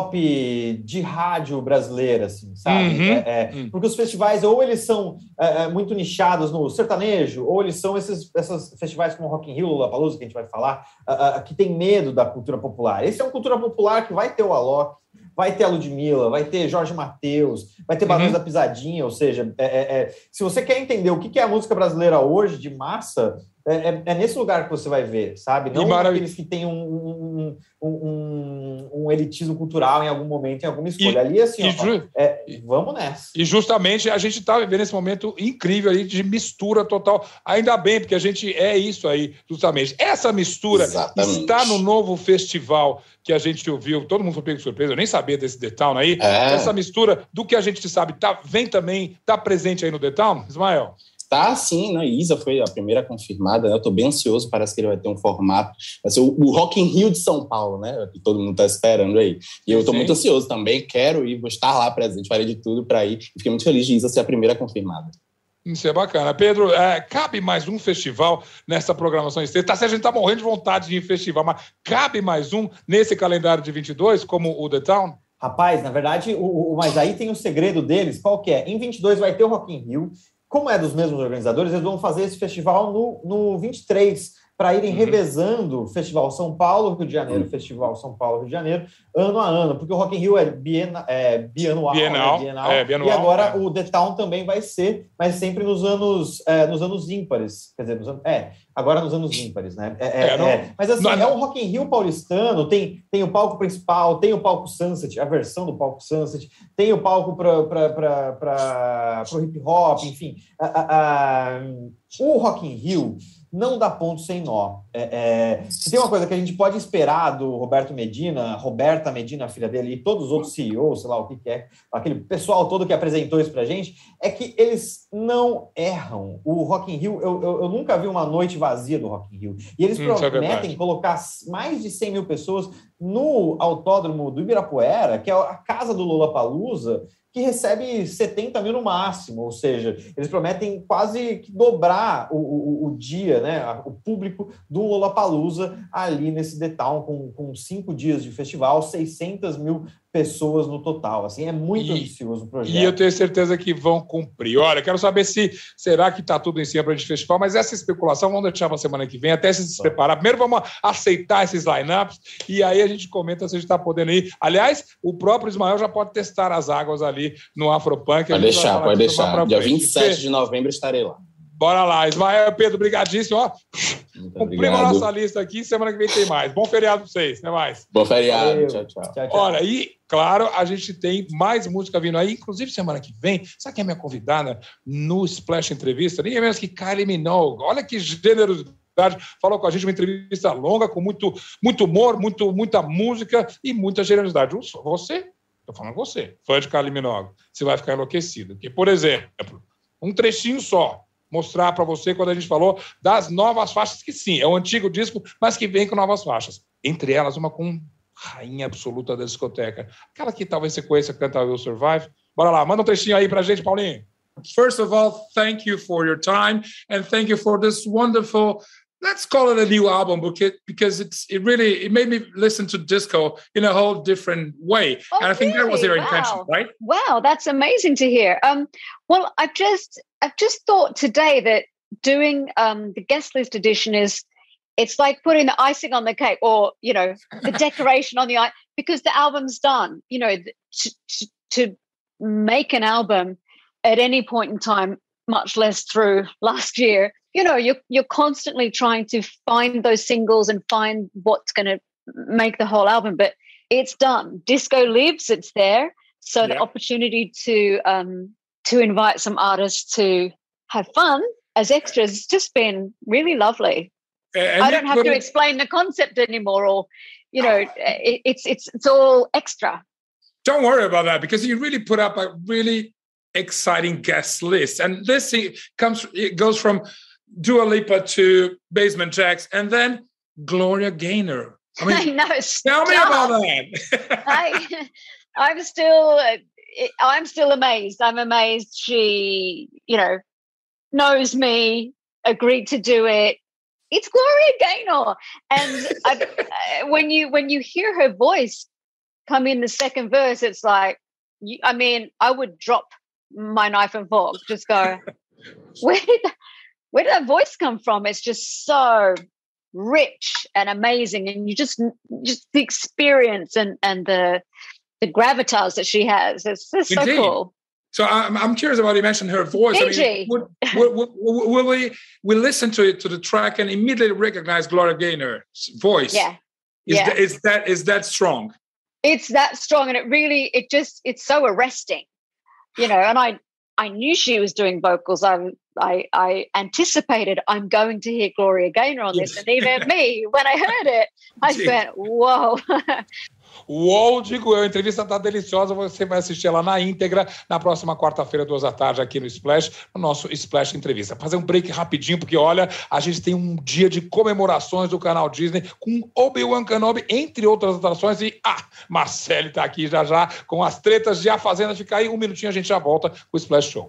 pop de rádio brasileira, assim, sabe? Uhum. É, é, uhum. Porque os festivais, ou eles são é, muito nichados no sertanejo, ou eles são esses, esses festivais como Rock in Rio, Lollapalooza, que a gente vai falar, uh, uh, que tem medo da cultura popular. Esse é uma cultura popular que vai ter o Alok, vai ter a Ludmilla, vai ter Jorge Mateus, vai ter Barões uhum. da Pisadinha, ou seja, é, é, é, se você quer entender o que é a música brasileira hoje, de massa... É, é, é nesse lugar que você vai ver, sabe? Não aqueles que têm um, um, um, um, um elitismo cultural em algum momento, em alguma escolha. E, Ali, assim, ó, ju- é, vamos nessa. E justamente a gente está vivendo esse momento incrível aí de mistura total. Ainda bem, porque a gente é isso aí, justamente. Essa mistura Exatamente. Está no novo festival que a gente ouviu, todo mundo foi pego de surpresa, eu nem sabia desse The Town aí. É. Essa mistura do que a gente sabe, tá, vem também, está presente aí no The Town, Ismael? Tá, sim, né? Isa foi a primeira confirmada, né? Eu tô bem ansioso, parece que ele vai ter um formato, vai ser o, o Rock in Rio de São Paulo, né? Que todo mundo tá esperando aí. E eu tô sim. muito ansioso também, quero ir, vou estar lá presente, farei de tudo para ir. E fiquei muito feliz de Isa ser a primeira confirmada. Isso é bacana. Pedro, é, cabe mais um festival nessa programação extensa? Tá, a gente tá morrendo de vontade de ir em festival, mas cabe mais um nesse calendário de vinte e dois, como o The Town? Rapaz, na verdade, o, o, mas aí tem o segredo deles, qual que é? Em vinte e dois vai ter o Rock in Rio. Como é dos mesmos organizadores, eles vão fazer esse festival no, no vinte e três, para irem uhum. revezando Festival São Paulo, Rio de Janeiro, uhum. Festival São Paulo, Rio de Janeiro, ano a ano, porque o Rock in Rio é, biena, é bianual, bienal, né? bienal, é, bianual, e agora é. o The Town também vai ser, mas sempre nos anos, é, nos anos ímpares, quer dizer, nos anos, é, agora nos anos ímpares, né? É, é, é, não, é. Mas assim, não, é um Rock in Rio paulistano, tem, tem o palco principal, tem o palco Sunset, a versão do palco Sunset, tem o palco para o hip hop, enfim. A, a, a, o Rock in Rio não dá ponto sem nó. É, é, se tem uma coisa que a gente pode esperar do Roberto Medina, Roberta Medina, a filha dele, e todos os outros C E Os, sei lá o que, que é, aquele pessoal todo que apresentou isso pra gente, é que eles não erram. O Rock in Rio, eu, eu, eu nunca vi uma noite vazia do Rock in Rio. E eles hum, prometem é colocar mais de cem mil pessoas no autódromo do Ibirapuera, que é a casa do Lollapalooza, que recebe setenta mil no máximo, ou seja, eles prometem quase que dobrar o, o, o dia, né, o público do Lollapalooza ali nesse The Town, com, com cinco dias de festival, seiscentas mil pessoas no total, assim, é muito e, ambicioso o projeto. E eu tenho certeza que vão cumprir. Olha, quero saber se, será que está tudo em cima para a gente festival, mas essa especulação vamos deixar para a semana que vem, até se preparar. Primeiro vamos aceitar esses lineups e aí a gente comenta se a gente está podendo ir. Aliás, o próprio Ismael já pode testar as águas ali no Afropunk. Pode deixar, pode deixar. Dia vinte e sete de novembro estarei lá. Bora lá. Ismael, Pedro, brigadíssimo. Ó, cumprimos a nossa lista aqui. Semana que vem tem mais. Bom feriado para vocês. Até mais. Bom feriado. Tchau, tchau. tchau, tchau. Olha, e claro, a gente tem mais música vindo aí. Inclusive, semana que vem, sabe quem é minha convidada no Splash Entrevista? Ninguém menos que Kylie Minogue. Olha que generosidade. Falou com a gente, uma entrevista longa, com muito, muito humor, muito, muita música e muita generosidade. Você, estou falando você, fã de Kylie Minogue, você vai ficar enlouquecido. Porque, por exemplo, um trechinho só, mostrar para você quando a gente falou das novas faixas, que sim, é o antigo disco, mas que vem com novas faixas. Entre elas, uma com rainha absoluta da discoteca. Aquela que talvez você conheça, canta Will Survive. Bora lá, manda um trechinho aí pra gente, Paulinho. First of all, thank you for your time and thank you for this wonderful, let's call it a new album, because because it's it really it made me listen to disco in a whole different way, oh, and I think really? that was their wow. intention, right? Wow, that's amazing to hear. Um, well, I've just I've just thought today that doing um, the guest list edition is it's like putting the icing on the cake, or, you know, the decoration on the ice, because the album's done. You know, to, to, to make an album at any point in time, much less through last year, you know, you're, you're constantly trying to find those singles and find what's going to make the whole album. But it's done. Disco lives, it's there. So yeah. the opportunity to um, to invite some artists to have fun as extras has just been really lovely. And I don't have to explain the concept anymore, or, you know, it, it's it's it's all extra. Don't worry about that, because you really put up a really exciting guest list, and this thing comes it goes from Dua Lipa to Basement Jaxx, and then Gloria Gaynor. I mean, I know. Tell stop. me about that. I, I'm still, I'm still amazed. I'm amazed she, you know, knows me, agreed to do it. It's Gloria Gaynor, and I, when you when you hear her voice come in the second verse, it's like, I mean, I would drop my knife and fork, just go, where did that, where did that voice come from? It's just so rich and amazing, and you just just the experience and and the the gravitas that she has. It's, it's so cool. So I'm I'm curious about, you mentioned her voice. I mean, would, would, would, will we we listen to it to the track and immediately recognize Gloria Gaynor's voice? Yeah, is yeah. That, is that is that strong? It's that strong, and it really it just it's so arresting, you know. And I I knew she was doing vocals. I I I anticipated I'm going to hear Gloria Gaynor on this, and even me, when I heard it, I went, whoa. Uou, digo eu, a entrevista tá deliciosa, você vai assistir ela na íntegra na próxima quarta-feira, duas da tarde, aqui no Splash, no nosso Splash Entrevista. Fazer um break rapidinho, porque olha, a gente tem um dia de comemorações do canal Disney com Obi-Wan Kenobi, entre outras atrações, e ah, Marcele tá aqui já já com as tretas de A Fazenda. Fica aí, um minutinho, a gente já volta com o Splash Show.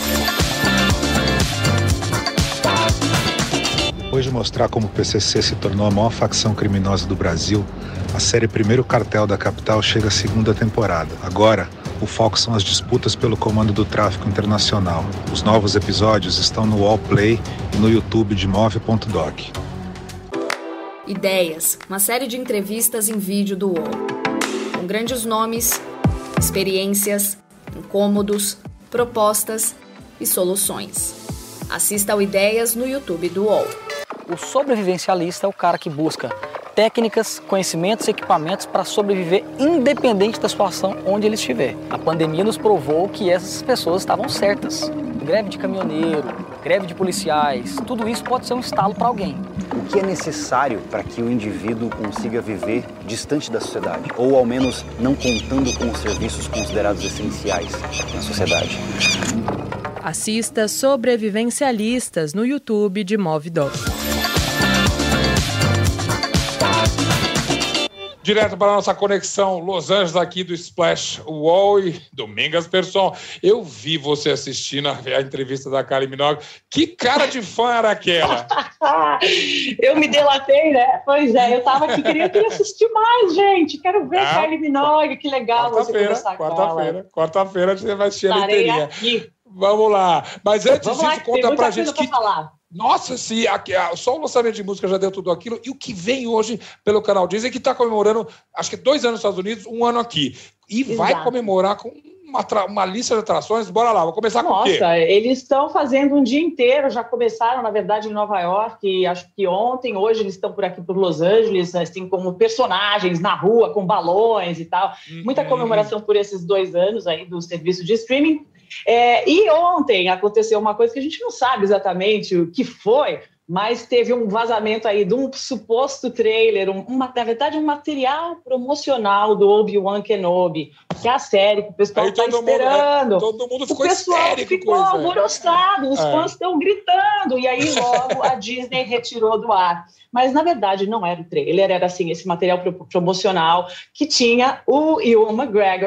Depois de mostrar como o P C C se tornou a maior facção criminosa do Brasil, a série Primeiro Cartel da Capital chega à segunda temporada. Agora, o foco são as disputas pelo comando do tráfico internacional. Os novos episódios estão no All Play e no YouTube de Move ponto doc. Ideias, uma série de entrevistas em vídeo do U O L. Com grandes nomes, experiências, incômodos, propostas e soluções. Assista ao Ideias no YouTube do U O L. O sobrevivencialista é o cara que busca técnicas, conhecimentos e equipamentos para sobreviver independente da situação onde ele estiver. A pandemia nos provou que essas pessoas estavam certas. Greve de caminhoneiro, greve de policiais, tudo isso pode ser um estalo para alguém. O que é necessário para que o indivíduo consiga viver distante da sociedade, ou ao menos não contando com os serviços considerados essenciais na sociedade? Assista Sobrevivencialistas no YouTube de Move Doc. Direto para a nossa conexão Los Angeles aqui do Splash U O L e Domingas Person. Eu vi você assistindo a, a entrevista da Kylie Minogue. Que cara de fã era aquela? Eu me delatei, né? Pois é, eu tava aqui, queria, queria assistir mais, gente. Quero ver ah, Kylie Minogue, que legal você conversar com ela. Quarta-feira, quarta-feira você vai assistir a letrinha. Aqui. Vamos lá. Mas antes Vamos disso, lá, conta pra gente que... Falar. Nossa, se a, a, só o lançamento de música já deu tudo aquilo, e o que vem hoje pelo canal Disney, que está comemorando, acho que dois anos nos Estados Unidos, um ano aqui. E Exato. Vai comemorar com uma, uma lista de atrações. Bora lá, vou começar com Nossa, o quê? Nossa, eles estão fazendo um dia inteiro, já começaram, na verdade, em Nova York, acho que ontem, hoje eles estão por aqui por Los Angeles, assim, como personagens na rua, com balões e tal. Uhum. Muita comemoração por esses dois anos aí do serviço de streaming. É, e ontem aconteceu uma coisa que a gente não sabe exatamente o que foi, mas teve um vazamento aí de um suposto trailer, um, uma, na verdade um material promocional do Obi-Wan Kenobi, que é a série que o pessoal está esperando. Mundo, é, todo mundo ficou o pessoal histérico ficou com isso, alvoroçado, os é. fãs estão gritando, e aí logo a Disney retirou do ar. Mas, na verdade, não era o trailer, era assim, esse material promocional que tinha o Ewan McGregor,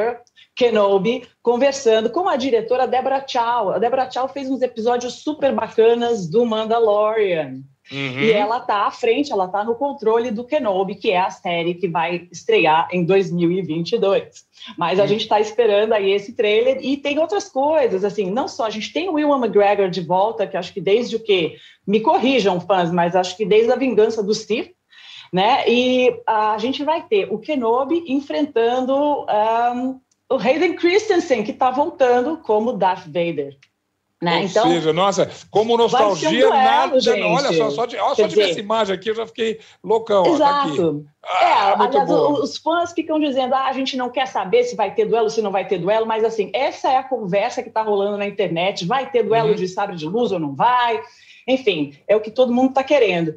Kenobi, conversando com a diretora Deborah Chow. A Deborah Chow fez uns episódios super bacanas do Mandalorian. Uhum. E ela está à frente, ela está no controle do Kenobi, que é a série que vai estrear em dois mil e vinte e dois. Mas a uhum. gente está esperando aí esse trailer e tem outras coisas, assim, não só, a gente tem o Ewan McGregor de volta, que acho que desde o quê? Me corrijam, fãs, mas acho que desde a Vingança do Sith, né? E a gente vai ter o Kenobi enfrentando um, o Hayden Christensen, que está voltando como Darth Vader. Né? Ou então, seja, nossa, como nostalgia, um duelo, nada. Gente. Olha só, só de, olha só de ver essa imagem aqui, eu já fiquei loucão. Exato. Ó, tá é, ah, aliás, os fãs ficam dizendo, ah, a gente não quer saber se vai ter duelo, se não vai ter duelo, mas assim, essa é a conversa que está rolando na internet. Vai ter duelo uhum. de sabre de luz ou não vai? Enfim, é o que todo mundo está querendo.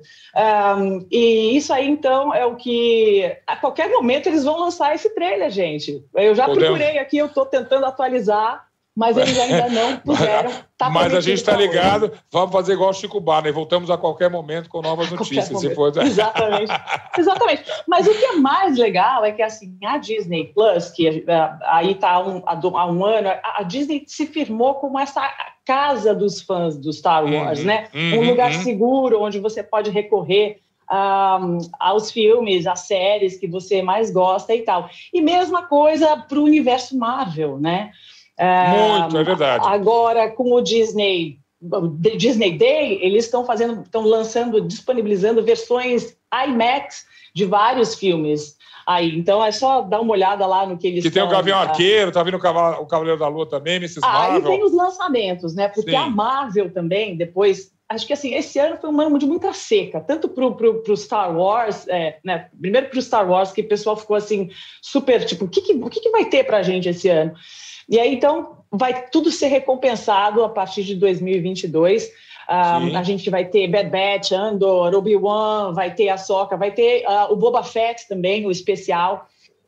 Um, e isso aí, então, é o que... A qualquer momento eles vão lançar esse trailer, gente. Eu já Podemos. procurei aqui, eu estou tentando atualizar, mas eles ainda não puseram. Tá mas a gente está ligado, vamos fazer igual o Chico Barney, voltamos a qualquer momento com novas notícias. Se for... Exatamente, exatamente. Mas o que é mais legal é que assim, a Disney Plus, que uh, aí está há um, há um ano, a, a Disney se firmou como essa casa dos fãs do Star Wars, uhum, né? Uhum, um lugar uhum. seguro, onde você pode recorrer Um, aos filmes, às séries que você mais gosta e tal. E mesma coisa para o universo Marvel, né? Muito, um, é verdade. Agora, com o Disney, Disney Day, eles estão fazendo, estão lançando, disponibilizando versões IMAX de vários filmes. Aí, então é só dar uma olhada lá no que eles Que tem estão, o Gavião Arqueiro, tá vindo o Cavaleiro, o Cavaleiro da Lua também, missus Ah, Marvel. e tem os lançamentos, né? Porque Sim. a Marvel também, depois... Acho que assim, esse ano foi um ano de muita seca, tanto para o Star Wars, é, né? Primeiro para o Star Wars, que o pessoal ficou assim, super, tipo, o que, que, o que, que vai ter para a gente esse ano? E aí, então, vai tudo ser recompensado a partir de dois mil e vinte e dois. Um, a gente vai ter Bad Batch, Andor, Obi-Wan, vai ter a Ahsoka, vai ter uh, o Boba Fett também, o especial,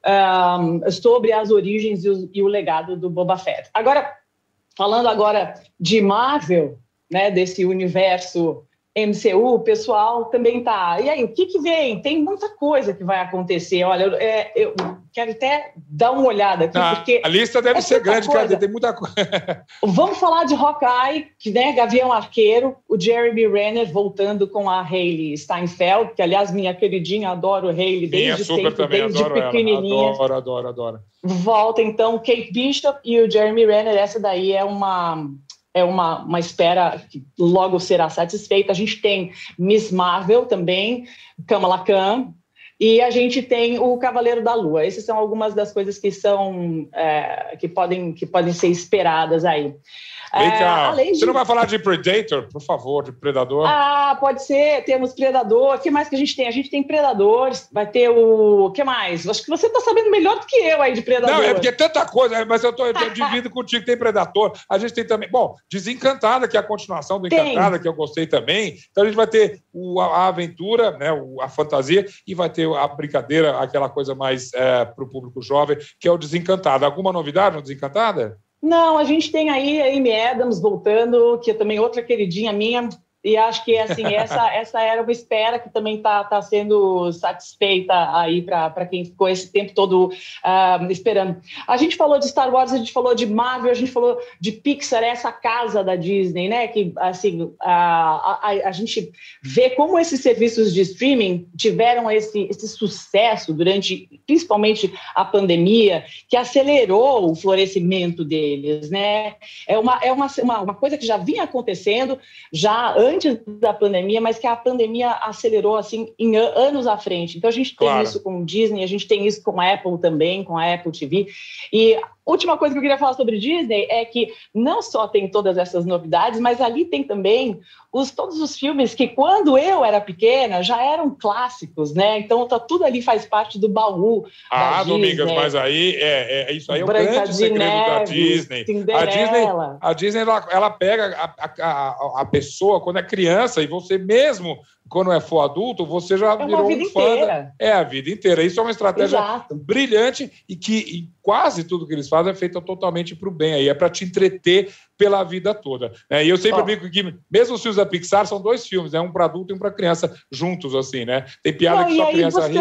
um, sobre as origens e o, e o legado do Boba Fett. Agora, falando agora de Marvel, né, desse universo M C U, o pessoal também tá. E aí, o que que vem? Tem muita coisa que vai acontecer. Olha, eu, é, eu quero até dar uma olhada aqui, ah, porque... A lista deve é ser grande, coisa. cara, tem muita coisa. Vamos falar de Hawkeye, que, né, Gavião Arqueiro, o Jeremy Renner voltando com a Hailey Steinfeld, que, aliás, minha queridinha, adoro Hailey desde super sempre, também, desde adoro pequenininha. Ela. Adoro, adoro, adoro. Volta, então, Kate Bishop e o Jeremy Renner. Essa daí é uma... É uma, uma espera que logo será satisfeita. A gente tem Miss Marvel também, Kamala Khan, e a gente tem o Cavaleiro da Lua. Essas são algumas das coisas que são é, que, podem, que podem ser esperadas aí. Vem cá, é, você de... não vai falar de Predator, por favor, de Predador? Ah, pode ser, temos Predador. O que mais que a gente tem? A gente tem Predadores, vai ter o... O que mais? Acho que você está sabendo melhor do que eu aí de Predador. Não, é porque é tanta coisa, mas eu, tô, eu divido contigo, tem Predador. A gente tem também... Bom, Desencantada, que é a continuação do Encantada, tem. Que eu gostei também. Então a gente vai ter o, a aventura, né, a fantasia, e vai ter a brincadeira, aquela coisa mais é, para o público jovem, que é o Desencantada. Alguma novidade no Desencantada? Não, a gente tem aí a Amy Adams voltando, que é também outra queridinha minha, e acho que assim, essa, essa era uma espera que também está tá sendo satisfeita aí para quem ficou esse tempo todo uh, esperando. A gente falou de Star Wars, a gente falou de Marvel, a gente falou de Pixar, essa casa da Disney, né? Que assim, a, a, a gente vê como esses serviços de streaming tiveram esse, esse sucesso durante, principalmente a pandemia, que acelerou o florescimento deles, né? É uma, é uma, uma, uma coisa que já vinha acontecendo já antes antes da pandemia, mas que a pandemia acelerou assim em anos à frente. Então a gente tem claro. isso com o Disney, a gente tem isso com a Apple também, com a Apple T V. E última coisa que eu queria falar sobre Disney é que não só tem todas essas novidades, mas ali tem também os, todos os filmes que quando eu era pequena já eram clássicos, né? Então tá, tudo ali faz parte do baú Ah, da Domingas, Disney. Mas aí é, é, isso aí é um Branca grande de segredo Neve, da Disney. A Disney, a Disney ela, ela pega a, a, a pessoa quando é criança e você mesmo, quando é for adulto, você já é virou um fã. Da, é, a vida inteira. Isso é uma estratégia Exato. brilhante e que e quase tudo que eles fazem é feito totalmente para o bem. Aí é para te entreter pela vida toda. É, e eu sempre digo que, mesmo os filmes da Pixar, são dois filmes, né? Um para adulto e um para criança, juntos, assim, né? Tem piada Não, que só criança você... ri.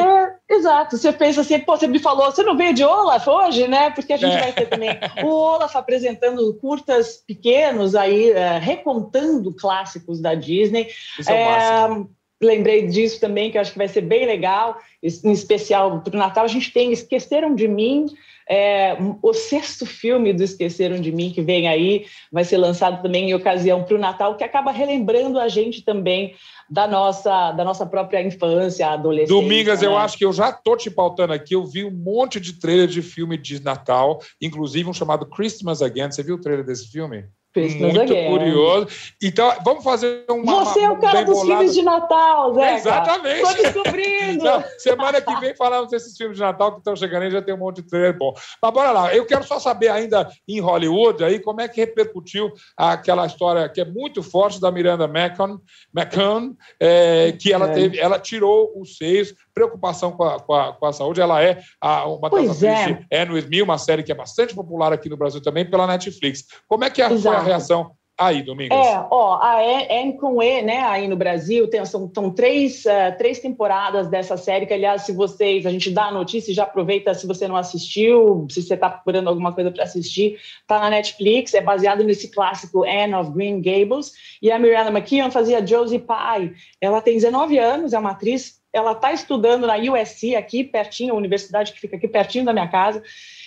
Exato, você pensa assim, pô, você me falou, você não veio de Olaf hoje, né? Porque a gente é. vai ter também o Olaf apresentando curtas pequenos aí, é, recontando clássicos da Disney. Isso é, é lembrei disso também, que eu acho que vai ser bem legal, em especial para o Natal. A gente tem Esqueceram de Mim, é, o sexto filme do Esqueceram de Mim, que vem aí, vai ser lançado também em ocasião para o Natal, que acaba relembrando a gente também da nossa, da nossa própria infância, adolescência. Domingas, né? Eu acho que eu já tô te pautando aqui, eu vi um monte de trailer de filme de Natal, inclusive um chamado Christmas Again. Você viu o trailer desse filme? Christmas Muito Again. Curioso. Então, vamos fazer uma... Você é o cara dos filmes de Natal, Zé. Exatamente. Estou descobrindo. Não, semana que vem falamos desses filmes de Natal que estão chegando aí, já tem um monte de trailer bom. Mas bora lá. Eu quero só saber ainda em Hollywood aí como é que repercutiu aquela história que é muito forte da Miranda McCann, McCann é, que ela teve, ela tirou os seios, preocupação com a, com a, com a saúde. Ela é a, uma das atrizes é. de Anne With Me, uma série que é bastante popular aqui no Brasil também pela Netflix. Como é que a, foi a reação aí, Domingos? É, ó, a Anne com E, né, aí no Brasil, tem, são, são três, uh, três temporadas dessa série, que, aliás, se vocês, a gente dá a notícia e já aproveita, se você não assistiu, se você está procurando alguma coisa para assistir, tá na Netflix, é baseado nesse clássico Anne of Green Gables, e a Miranda McKeon fazia Josie Pye. Ela tem dezenove anos, é uma atriz, ela está estudando na U S C, aqui pertinho, a universidade que fica aqui pertinho da minha casa,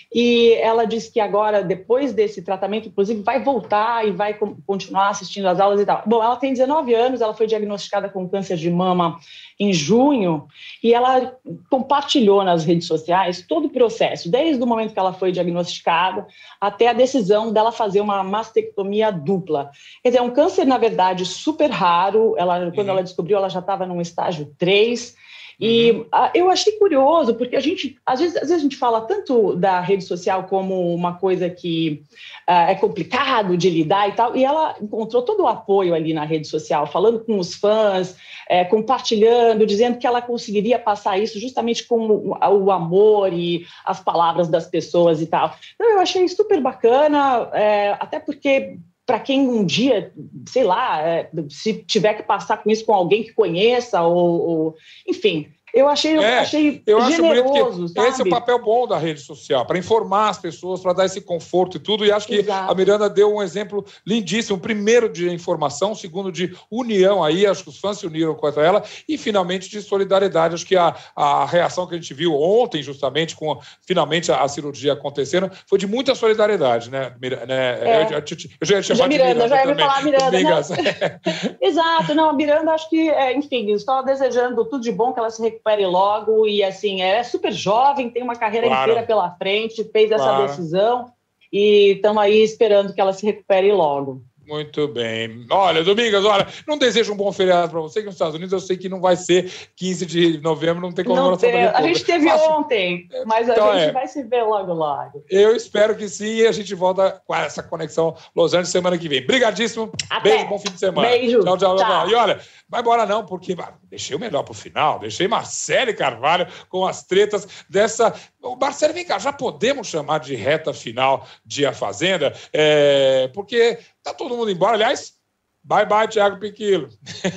e ela disse que agora, depois desse tratamento, inclusive, vai voltar e vai continuar assistindo às aulas e tal. Bom, ela tem dezenove anos, ela foi diagnosticada com câncer de mama em junho, e ela compartilhou nas redes sociais todo o processo, desde o momento que ela foi diagnosticada até a decisão dela fazer uma mastectomia dupla. Quer dizer, é um câncer, na verdade, super raro. Ela, quando uhum. ela descobriu, ela já estava num estágio três, e uhum. uh, eu achei curioso, porque a gente, às vezes, às vezes a gente fala tanto da rede social como uma coisa que uh, é complicado de lidar e tal, e ela encontrou todo o apoio ali na rede social, falando com os fãs, é, compartilhando, dizendo que ela conseguiria passar isso justamente com o, o amor e as palavras das pessoas e tal. Então, eu achei super bacana, é, até porque... para quem um dia, sei lá, é, se tiver que passar com isso com alguém que conheça, ou, ou enfim, eu achei, é, achei eu generoso, acho que esse é o papel bom da rede social, para informar as pessoas, para dar esse conforto e tudo, e acho que Exato. a Miranda deu um exemplo lindíssimo, primeiro de informação, segundo de união aí, acho que os fãs se uniram contra ela, e finalmente de solidariedade. Acho que a, a reação que a gente viu ontem, justamente, com finalmente a, a cirurgia acontecendo, foi de muita solidariedade, né? né? É. Eu, eu, eu já ia chamar já de Miranda, Miranda já ia também. falar Miranda. Exato, não, a Miranda, acho que, é, enfim, estou desejando tudo de bom, que ela se recupere logo, e assim, é super jovem, tem uma carreira claro. inteira pela frente, fez essa claro. decisão, e estamos aí esperando que ela se recupere logo. Muito bem. Olha, Domingas, olha, não desejo um bom feriado para você, que nos Estados Unidos eu sei que não vai ser quinze de novembro, não tem comemoração da República. A gente teve mas, ontem, mas então a gente é. vai se ver logo, logo. Eu espero que sim, e a gente volta com essa conexão Los Angeles semana que vem. Obrigadíssimo. Até. Beijo, bom fim de semana. Beijo. Tchau, tchau, tchau. tchau. E olha, vai embora não, porque deixei o melhor pro final, deixei Marcele Carvalho com as tretas dessa... Marcele, vem cá, já podemos chamar de reta final de A Fazenda? É... Porque tá todo mundo embora, aliás... Bye, bye, Thiago Piquilo.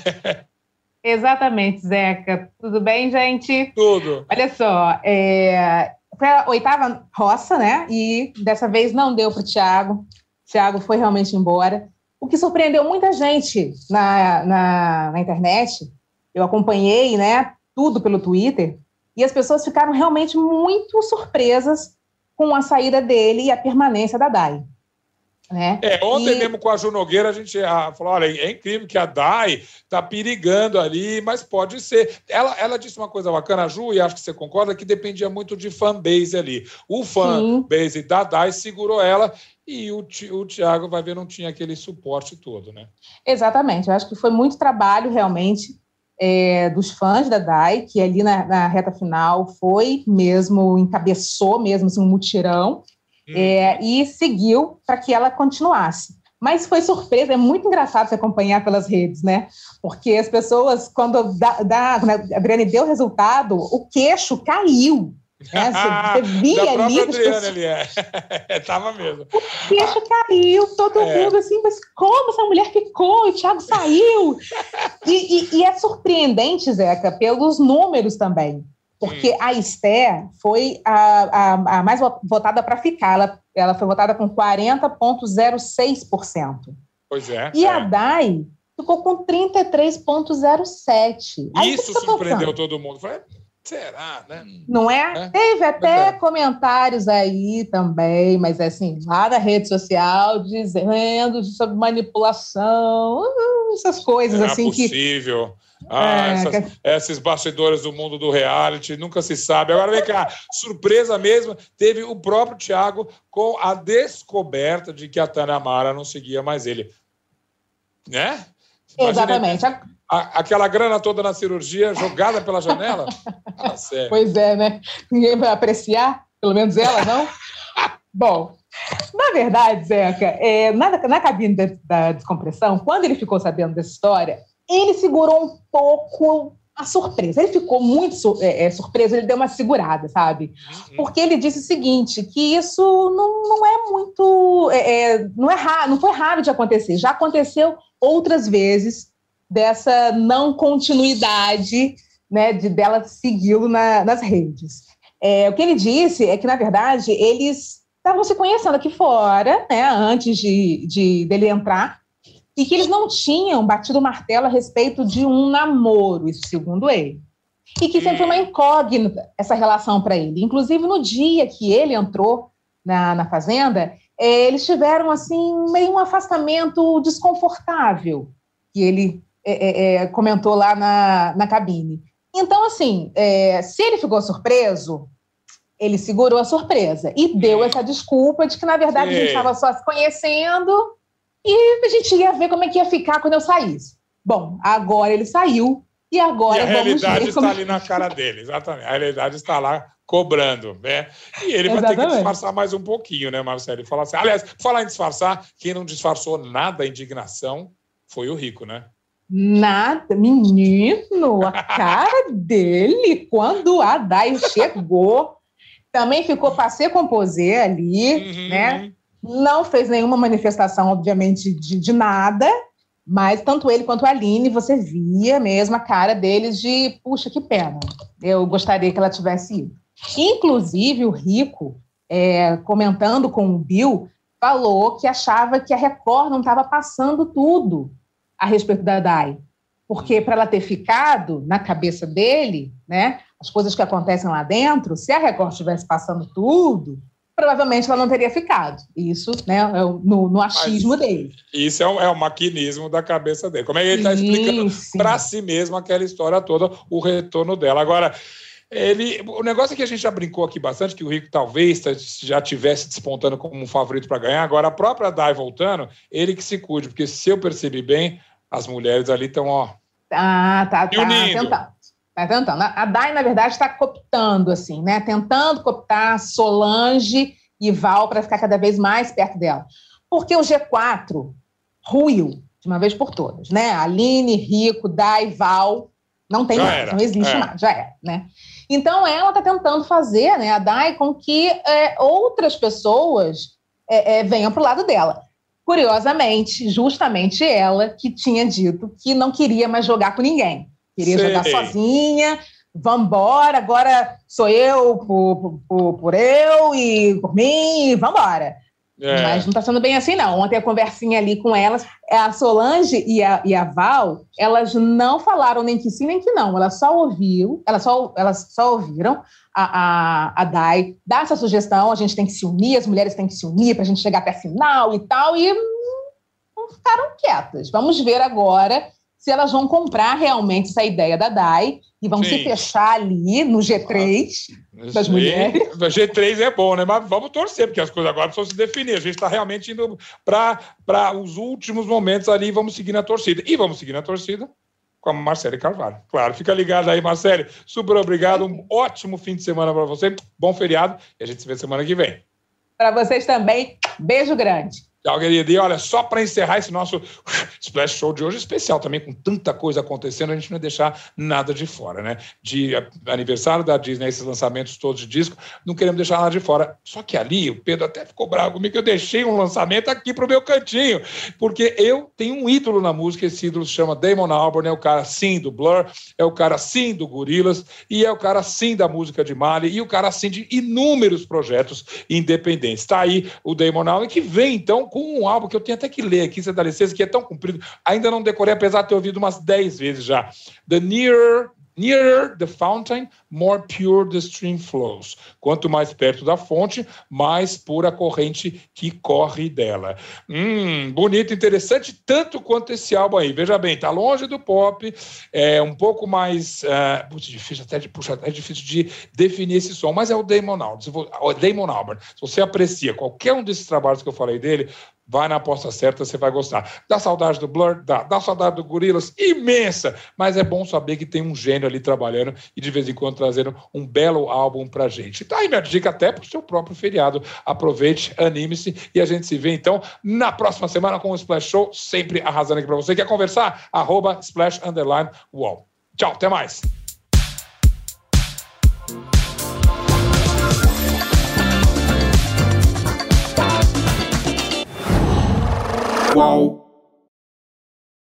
Exatamente, Zeca. Tudo bem, gente? Tudo. Olha só, é... foi a oitava roça, né? E dessa vez não deu para o Thiago. O Thiago foi realmente embora. O que surpreendeu muita gente na, na, na internet, eu acompanhei, né, tudo pelo Twitter, e as pessoas ficaram realmente muito surpresas com a saída dele e a permanência da Dai. Né? É, ontem e... mesmo com a Ju Nogueira a gente ah, falou, olha, é incrível que a Dai está perigando ali, mas pode ser. Ela, ela disse uma coisa bacana, a Ju, e acho que você concorda, que dependia muito de fanbase ali. O fanbase da Dai segurou ela e o, o Thiago, vai ver, não tinha aquele suporte todo, né? Exatamente, eu acho que foi muito trabalho realmente é, dos fãs da Dai, que ali na, na reta final foi mesmo, encabeçou mesmo assim, um mutirão, É, e seguiu para que ela continuasse. Mas foi surpresa, é muito engraçado se acompanhar pelas redes, né? Porque as pessoas, quando, dá, dá, quando a Adriane deu o resultado, o queixo caiu. Né? Você, você via da ali. Adriane, pessoas... ali é. Tava mesmo. O queixo caiu, todo é. mundo assim, mas como essa mulher ficou? O Thiago saiu. e, e, e é surpreendente, Zeca, pelos números também. Porque hum. a Esther foi a, a, a mais votada para ficar. Ela, ela foi votada com quarenta vírgula zero seis por cento. Pois é. E é. a Dai ficou com trinta e três vírgula zero sete por cento. Isso surpreendeu todo mundo. Falei, será, né? Não é? é? Teve até é. comentários aí também, mas assim, lá na rede social, dizendo sobre manipulação, essas coisas é assim que... É possível. Ah, é, essas, que... esses bastidores do mundo do reality, nunca se sabe. Agora vem cá, surpresa mesmo, teve o próprio Thiago com a descoberta de que a Tânia Amara não seguia mais ele. Né? Exatamente. Imagina, a, aquela grana toda na cirurgia jogada pela janela? Ah, sério. Pois é, né? Ninguém vai apreciar, pelo menos ela, não? Bom, na verdade, Zeca, é, na, na cabine da, da descompressão, quando ele ficou sabendo dessa história, ele segurou um pouco a surpresa. Ele ficou muito é, surpreso, ele deu uma segurada, sabe? Uhum. Porque ele disse o seguinte, que isso não, não é muito... É, não, é raro, não foi raro de acontecer. Já aconteceu outras vezes dessa não continuidade, né, de dela segui-lo na, nas redes. É, o que ele disse é que, na verdade, eles estavam se conhecendo aqui fora, né, antes de, de dele entrar, e que eles não tinham batido o martelo a respeito de um namoro, isso segundo ele. E que sempre foi uma incógnita essa relação para ele. Inclusive, no dia que ele entrou na, na Fazenda, é, eles tiveram, assim, meio um afastamento desconfortável, que ele é, é, comentou lá na, na cabine. Então, assim, é, se ele ficou surpreso, ele segurou a surpresa e deu essa desculpa de que, na verdade, Sim. a gente estava só se conhecendo e a gente ia ver como é que ia ficar quando eu saísse. Bom, agora ele saiu e agora e a vamos realidade ver está como... ali na cara dele, exatamente. A realidade está lá cobrando, né? E ele exatamente. vai ter que disfarçar mais um pouquinho, né, Marcelo? Fala assim, aliás, falar em disfarçar, quem não disfarçou nada a indignação foi o Rico, né? Nada, menino, a cara dele quando a Dai chegou, também ficou para se composer ali, uhum. né? Não fez nenhuma manifestação, obviamente, de, de nada, mas tanto ele quanto a Aline, você via mesmo a cara deles de, puxa, que pena, eu gostaria que ela tivesse ido. Inclusive, o Rico, é, comentando com o Bill, falou que achava que a Record não estava passando tudo a respeito da Dai, porque para ela ter ficado na cabeça dele, né, as coisas que acontecem lá dentro, se a Record estivesse passando tudo, provavelmente ela não teria ficado. Isso, né, é no, no achismo Mas dele. Isso é um, é um maquinismo da cabeça dele. Como é que ele está explicando para si mesmo aquela história toda, o retorno dela. Agora, ele, o negócio é que a gente já brincou aqui bastante, que o Rico talvez já estivesse despontando como um favorito para ganhar. Agora, a própria Dai voltando, ele que se cuide, porque se eu percebi bem, as mulheres ali estão, ó... Ah, tá, tá tentando. Tá tentando. A Dai, na verdade, está cooptando, assim, né? Tentando cooptar Solange e Val para ficar cada vez mais perto dela. Porque o G quatro ruiu de uma vez por todas, né? Aline, Rico, Dai, Val, não tem já mais, era. não existe é. mais, já era, né? Então, ela está tentando fazer, né, a Dai, com que é, outras pessoas é, é, venham para o lado dela. Curiosamente, justamente ela que tinha dito que não queria mais jogar com ninguém. Queria Sei. jogar sozinha, vambora, agora sou eu por, por, por eu e por mim, vambora. É. Mas não está sendo bem assim, não. Ontem a conversinha ali com elas, a Solange e a, e a Val, elas não falaram nem que sim, nem que não. Elas só ouviram, elas só, elas só ouviram a, a, a Dai dar essa sugestão, a gente tem que se unir, as mulheres têm que se unir para a gente chegar até a final e tal, e não ficaram quietas. Vamos ver agora se elas vão comprar realmente essa ideia da Dai e vão Sim. se fechar ali no G três ah, das G, mulheres. G três é bom, né? Mas vamos torcer, porque as coisas agora precisam se definir. A gente está realmente indo para os últimos momentos ali e vamos seguir na torcida. E vamos seguir na torcida com a Marcele Carvalho. Claro, fica ligado aí, Marcele. Super obrigado, um ótimo fim de semana para você, bom feriado e a gente se vê semana que vem. Para vocês também, beijo grande. Tchau, querido. E olha, só para encerrar esse nosso Splash Show de hoje, especial também, com tanta coisa acontecendo, a gente não ia deixar nada de fora, né? De aniversário da Disney, esses lançamentos todos de disco, não queremos deixar nada de fora. Só que ali, o Pedro até ficou bravo comigo, que eu deixei um lançamento aqui pro meu cantinho, porque eu tenho um ídolo na música, esse ídolo se chama Damon Albarn, é o cara sim do Blur, é o cara sim do Gorillaz, e é o cara sim da música de Marley, e o cara sim de inúmeros projetos independentes. Tá aí o Damon Albarn, que vem então com um álbum que eu tenho até que ler aqui, você dá licença, que é tão comprido, ainda não decorei, apesar de ter ouvido umas dez vezes já. The Nearer, Nearer the Fountain, More Pure the Stream Flows. Quanto mais perto da fonte, mais pura a corrente que corre dela. Hum, bonito, interessante, tanto quanto esse álbum aí. Veja bem, tá longe do pop, é um pouco mais... Uh, putz, difícil até de puxar, é difícil de definir esse som, mas é o Damon Albarn. O Damon Albarn. Se você aprecia qualquer um desses trabalhos que eu falei dele, vai na aposta certa, você vai gostar. Dá saudade do Blur? Dá. Dá saudade do Gorillaz? Imensa! Mas é bom saber que tem um gênio ali trabalhando e de vez em quando trazendo um belo álbum pra gente. Tá aí minha dica até pro seu próprio feriado. Aproveite, anime-se e a gente se vê então na próxima semana com o Splash Show, sempre arrasando aqui pra você. Quer conversar? Arroba Splash Underline Wall. Tchau, até mais! Qual?